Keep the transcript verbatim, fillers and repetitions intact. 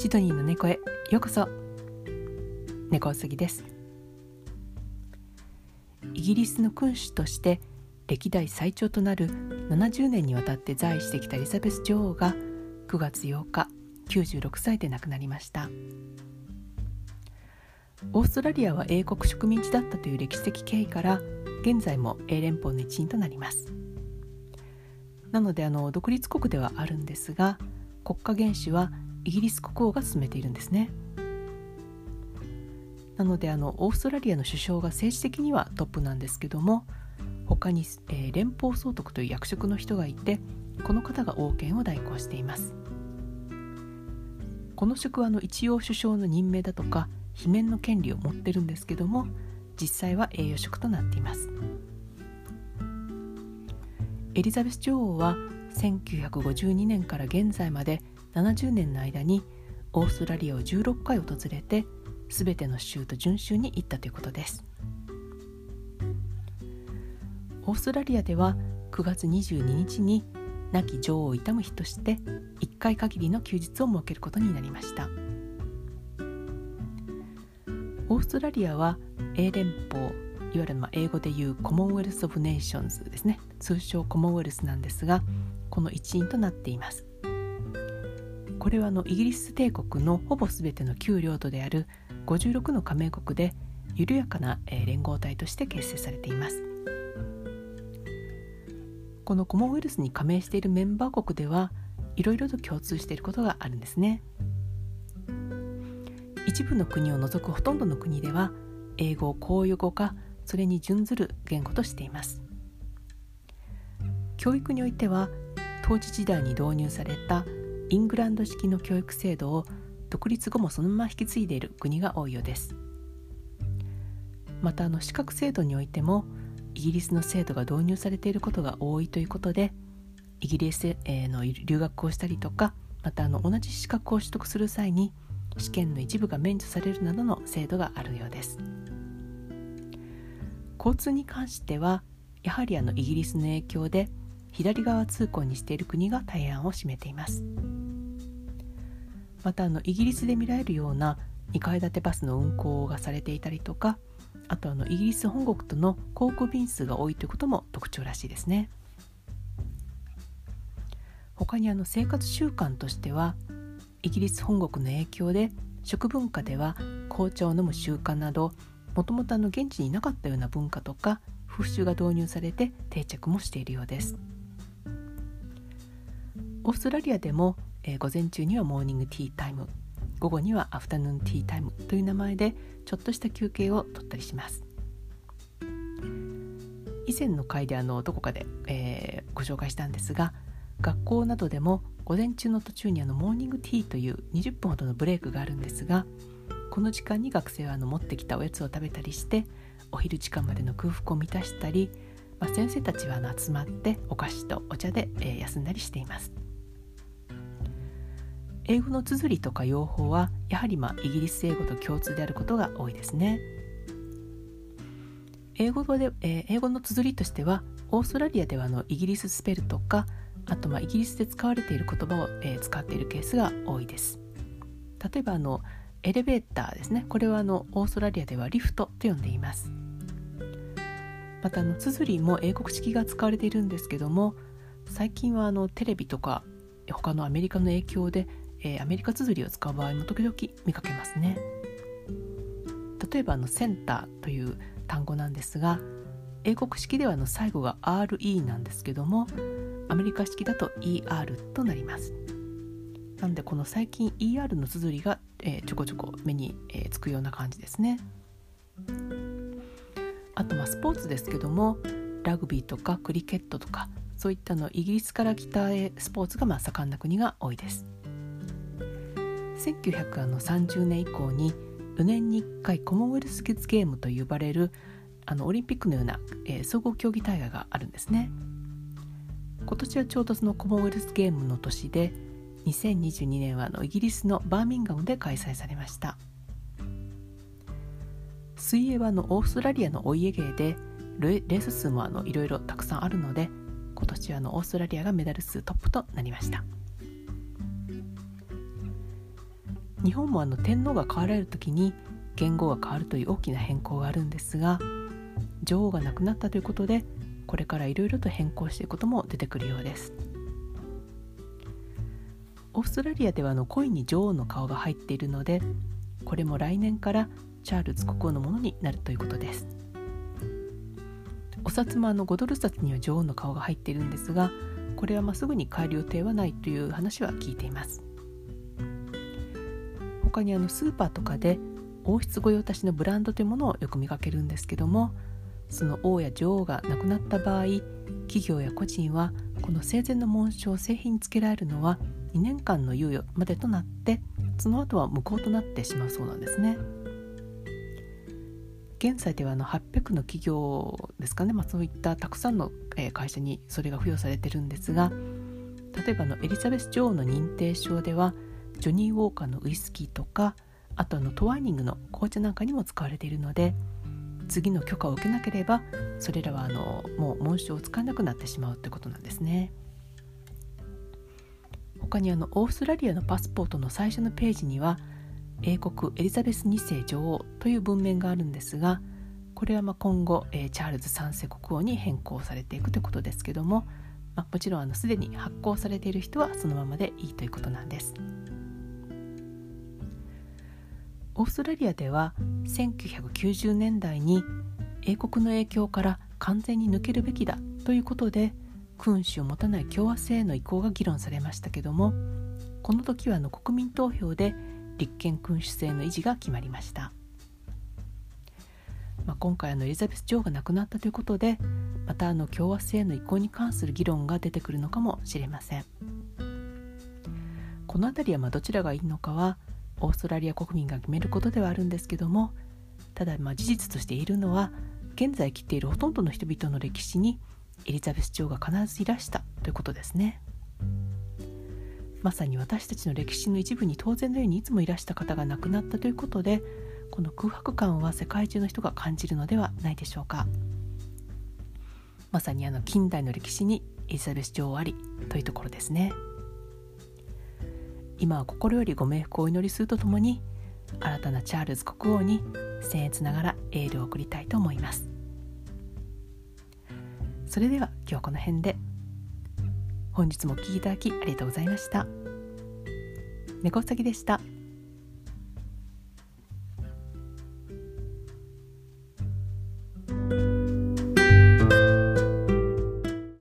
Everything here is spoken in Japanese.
シドニーの猫へようこそ。猫杉です。イギリスの君主として歴代最長となるななじゅうねんにわたって在位してきたエリザベス女王がくがつようかきゅうじゅうろくさいで亡くなりました。オーストラリアは英国植民地だったという歴史的経緯から現在も英連邦の一員となります。なのであの独立国ではあるんですが、国家元首はイギリス国王が進めているんですね。なのであのオーストラリアの首相が政治的にはトップなんですけども、他に、えー、連邦総督という役職の人がいて、この方が王権を代行しています。この職はあの一応首相の任命だとか罷免の権利を持ってるんですけども、実際は栄誉職となっています。エリザベス女王はせんきゅうひゃくごじゅうにねんから現在までななじゅうねんの間にオーストラリアをじゅうろっかい訪れて、すべての州と準州に行ったということです。オーストラリアではくがつにじゅうににちに亡き女王を悼む日としていっかい限りの休日を設けることになりました。オーストラリアは英連邦、いわゆる英語でいうコモンウェルス・オブ・ネーションズですね、通称コモンウェルスなんですが、この一員となっています。これはあのイギリス帝国のほぼすべての旧領土であるごじゅうろくの加盟国で緩やかな連合体として結成されています。このコモンウェルスに加盟しているメンバー国ではいろいろと共通していることがあるんですね。一部の国を除くほとんどの国では英語を公用語かそれに準ずる言語としています。教育においては統治時代に導入されたイングランド式の教育制度を独立後もそのまま引き継いでいる国が多いようです。またあの資格制度においてもイギリスの制度が導入されていることが多いということで、イギリスへの留学をしたりとか、またあの同じ資格を取得する際に試験の一部が免除されるなどの制度があるようです。交通に関してはやはりあのイギリスの影響で左側通行にしている国が大半を占めています。またあのイギリスで見られるようなにかい建てバスの運行がされていたりとか、あとあのイギリス本国との航空便数が多いということも特徴らしいですね。他にあの生活習慣としてはイギリス本国の影響で食文化では紅茶を飲む習慣など、もともとあの現地になかったような文化とか風習が導入されて定着もしているようです。オーストラリアでも、えー、午前中にはモーニングティータイム、午後にはアフタヌーンティータイムという名前でちょっとした休憩を取ったりします。以前の回であのどこかで、えー、ご紹介したんですが、学校などでも午前中の途中にあのモーニングティーというにじゅっぷんほどのブレイクがあるんですが、この時間に学生はあの持ってきたおやつを食べたりしてお昼時間までの空腹を満たしたり、まあ、先生たちはあの集まってお菓子とお茶で、えー、休んだりしています。英語の綴りとか用法はやはりまあイギリス英語と共通であることが多いですね。英語で、えー、英語の綴りとしてはオーストラリアではあのイギリススペルとか、あとまあイギリスで使われている言葉を、えー、使っているケースが多いです。例えばあのエレベーターですね、これはあのオーストラリアではリフトと呼んでいます。またあの綴りも英国式が使われているんですけども、最近はあのテレビとか他のアメリカの影響でえー、アメリカ綴りを使う場合も時々見かけますね。例えばあのセンターという単語なんですが、英国式ではあの最後が アールイー なんですけども、アメリカ式だと イーアール となります。なのでこの最近 イーアール の綴りが、えー、ちょこちょこ目に、えー、つくような感じですね。あとまあスポーツですけども、ラグビーとかクリケットとかそういったのイギリスから来たスポーツがまあ盛んな国が多いです。せんきゅうひゃくさんじゅうねん以降によねんにいっかいコモンウェルスゲームと呼ばれるあのオリンピックのような、えー、総合競技大会があるんですね。今年はちょうどそのコモンウェルスゲームの年で、にせんにじゅうにねんはあのイギリスのバーミンガムで開催されました。水泳はあのオーストラリアのお家芸でレース数もあのいろいろたくさんあるので、今年はあのオーストラリアがメダル数トップとなりました。 日本もあの天皇が変わられる時に元号が変わるという大きな変更があるんですが、女王が亡くなったということでこれからいろいろと変更していくことも出てくるようです。オーストラリアではあのコインに女王の顔が入っているので、これも来年からチャールズ国王のものになるということです。お札もあのごドル札には女王の顔が入っているんですが、これはまあすぐに変える予定はないという話は聞いています。他にあのスーパーとかで王室御用達のブランドというものをよく見かけるんですけども、その王や女王が亡くなった場合、企業や個人はこの生前の紋章を製品につけられるのはにねんかんの猶予までとなって、その後は無効となってしまうそうなんですね。現在ではあのはっぴゃくの企業ですかね、まあ、そういったたくさんの会社にそれが付与されてるんですが、例えばあのエリザベス女王の認定証ではジョニー・ウォーカーのウイスキーとか、あとあのトワイニングの紅茶なんかにも使われているので、次の許可を受けなければそれらはあのもう紋章を使えなくなってしまうということなんですね。他にあのオーストラリアのパスポートの最初のページには英国エリザベスにせい女王という文面があるんですが、これはまあ今後、えー、チャールズさんせい国王に変更されていくということですけども、まあ、もちろんあのすでに発行されている人はそのままでいいということなんです。オーストラリアではせんきゅうひゃくきゅうじゅうねんだいに英国の影響から完全に抜けるべきだということで君主を持たない共和制への移行が議論されましたけども、この時はあの国民投票で立憲君主制の維持が決まりました。まあ、今回あのエリザベス女王が亡くなったということで、またあの共和制への移行に関する議論が出てくるのかもしれません。このあたりはまあどちらがいいのかはオーストラリア国民が決めることではあるんですけども、ただまあ事実として言えるのは、現在生きているほとんどの人々の歴史にエリザベス女王が必ずいらしたということですね。まさに私たちの歴史の一部に当然のようにいつもいらした方が亡くなったということで、この空白感は世界中の人が感じるのではないでしょうか。まさにあの近代の歴史にエリザベス女王ありというところですね。今は心よりご冥福をお祈りするとともに、新たなチャールズ国王に僭越ながらエールを送りたいと思います。それでは今日はこの辺で。本日もお聞きいただきありがとうございました。猫うさぎでした。